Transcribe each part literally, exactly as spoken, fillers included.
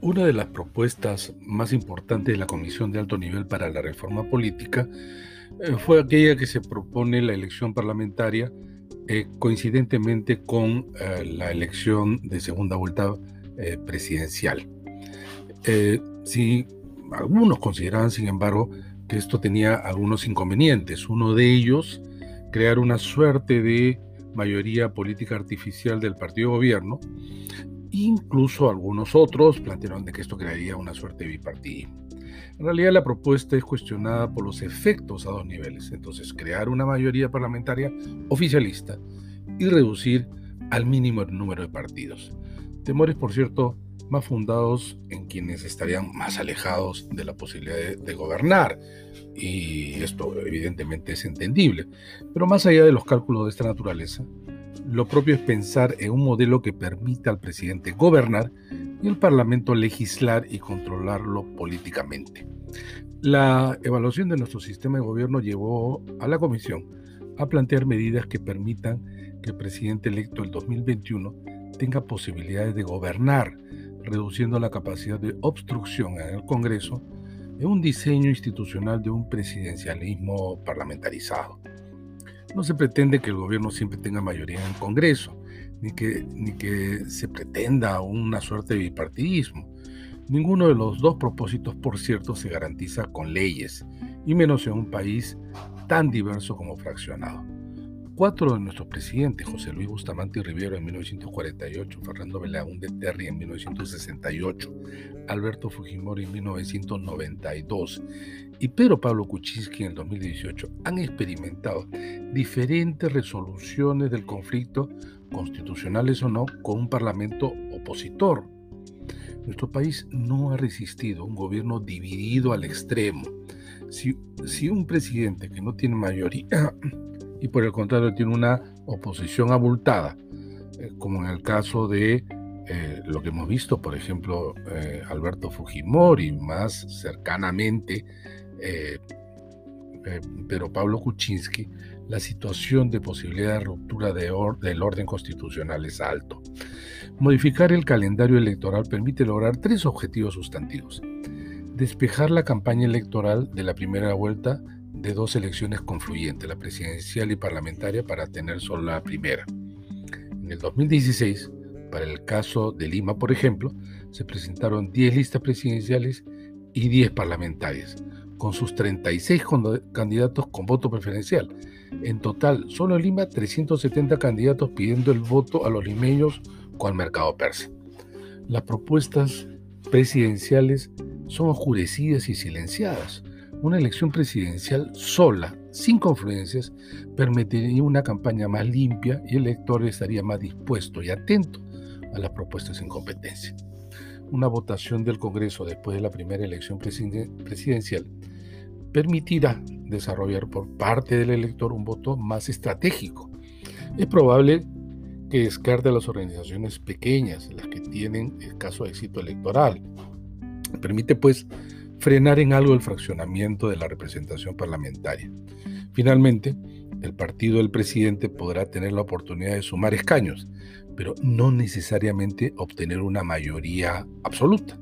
Una de las propuestas más importantes de la Comisión de Alto Nivel para la Reforma Política eh, fue aquella que se propone la elección parlamentaria eh, coincidentemente con eh, la elección de segunda vuelta eh, presidencial. Eh, sí, algunos consideraban, sin embargo, que esto tenía algunos inconvenientes. Uno de ellos, crear una suerte de mayoría política artificial del partido de gobierno. Incluso algunos otros plantearon de que esto crearía una suerte de bipartidismo. En realidad la propuesta es cuestionada por los efectos a dos niveles. Entonces, crear una mayoría parlamentaria oficialista y reducir al mínimo el número de partidos. Temores, por cierto, más fundados en quienes estarían más alejados de la posibilidad de, de gobernar. Y esto evidentemente es entendible. Pero más allá de los cálculos de esta naturaleza, lo propio es pensar en un modelo que permita al presidente gobernar y al Parlamento legislar y controlarlo políticamente. La evaluación de nuestro sistema de gobierno llevó a la Comisión a plantear medidas que permitan que el presidente electo del dos mil veintiuno tenga posibilidades de gobernar, reduciendo la capacidad de obstrucción en el Congreso en un diseño institucional de un presidencialismo parlamentarizado. No se pretende que el gobierno siempre tenga mayoría en el Congreso, ni que, ni que se pretenda una suerte de bipartidismo. Ninguno de los dos propósitos, por cierto, se garantiza con leyes, y menos en un país tan diverso como fraccionado. Cuatro de nuestros presidentes, José Luis Bustamante y Rivero en mil novecientos cuarenta y ocho, Fernando Belaúnde Terry en mil novecientos sesenta y ocho, Alberto Fujimori en mil novecientos noventa y dos y Pedro Pablo Kuczynski en el dos mil dieciocho, han experimentado diferentes resoluciones del conflicto, constitucionales o no, con un parlamento opositor. Nuestro país no ha resistido un gobierno dividido al extremo. Si, si un presidente que no tiene mayoría y por el contrario tiene una oposición abultada, eh, como en el caso de eh, lo que hemos visto, por ejemplo, eh, Alberto Fujimori, más cercanamente eh, eh, Pedro Pablo Kuczynski, la situación de posibilidad de ruptura de or- del orden constitucional es alto. Modificar el calendario electoral permite lograr tres objetivos sustantivos: despejar la campaña electoral de la primera vuelta de dos elecciones confluyentes, la presidencial y parlamentaria, para tener solo la primera. En el dos mil dieciséis, para el caso de Lima, por ejemplo, se presentaron diez listas presidenciales y diez parlamentarias, con sus treinta y seis candidatos con voto preferencial. En total, solo en Lima, trescientos setenta candidatos pidiendo el voto a los limeños con el mercado persa. Las propuestas presidenciales son oscurecidas y silenciadas. Una elección presidencial sola, sin confluencias, permitiría una campaña más limpia y el elector estaría más dispuesto y atento a las propuestas en competencia. Una votación del Congreso después de la primera elección presidencial permitirá desarrollar por parte del elector un voto más estratégico. Es probable que descarte a las organizaciones pequeñas, las que tienen escaso éxito electoral. Permite, pues, frenar en algo el fraccionamiento de la representación parlamentaria. Finalmente, el partido del presidente podrá tener la oportunidad de sumar escaños, pero no necesariamente obtener una mayoría absoluta.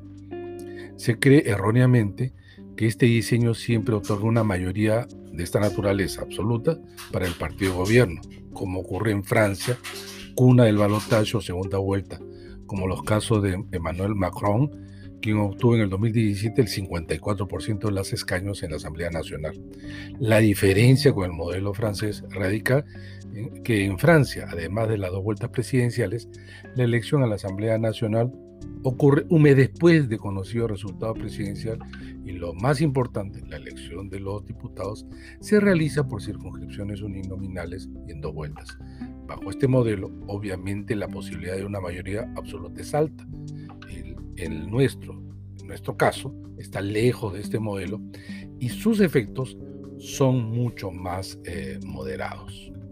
Se cree erróneamente que este diseño siempre otorga una mayoría de esta naturaleza absoluta para el partido de gobierno, como ocurre en Francia, cuna del balotaje o segunda vuelta, como los casos de Emmanuel Macron, quien obtuvo en el dos mil diecisiete el cincuenta y cuatro por ciento de los escaños en la Asamblea Nacional. La diferencia con el modelo francés radica en que en Francia, además de las dos vueltas presidenciales, la elección a la Asamblea Nacional ocurre un mes después de conocido resultado presidencial y, lo más importante, la elección de los diputados se realiza por circunscripciones uninominales y en dos vueltas. Bajo este modelo, obviamente la posibilidad de una mayoría absoluta es alta. El, el nuestro, en nuestro caso, está lejos de este modelo y sus efectos son mucho más eh, moderados.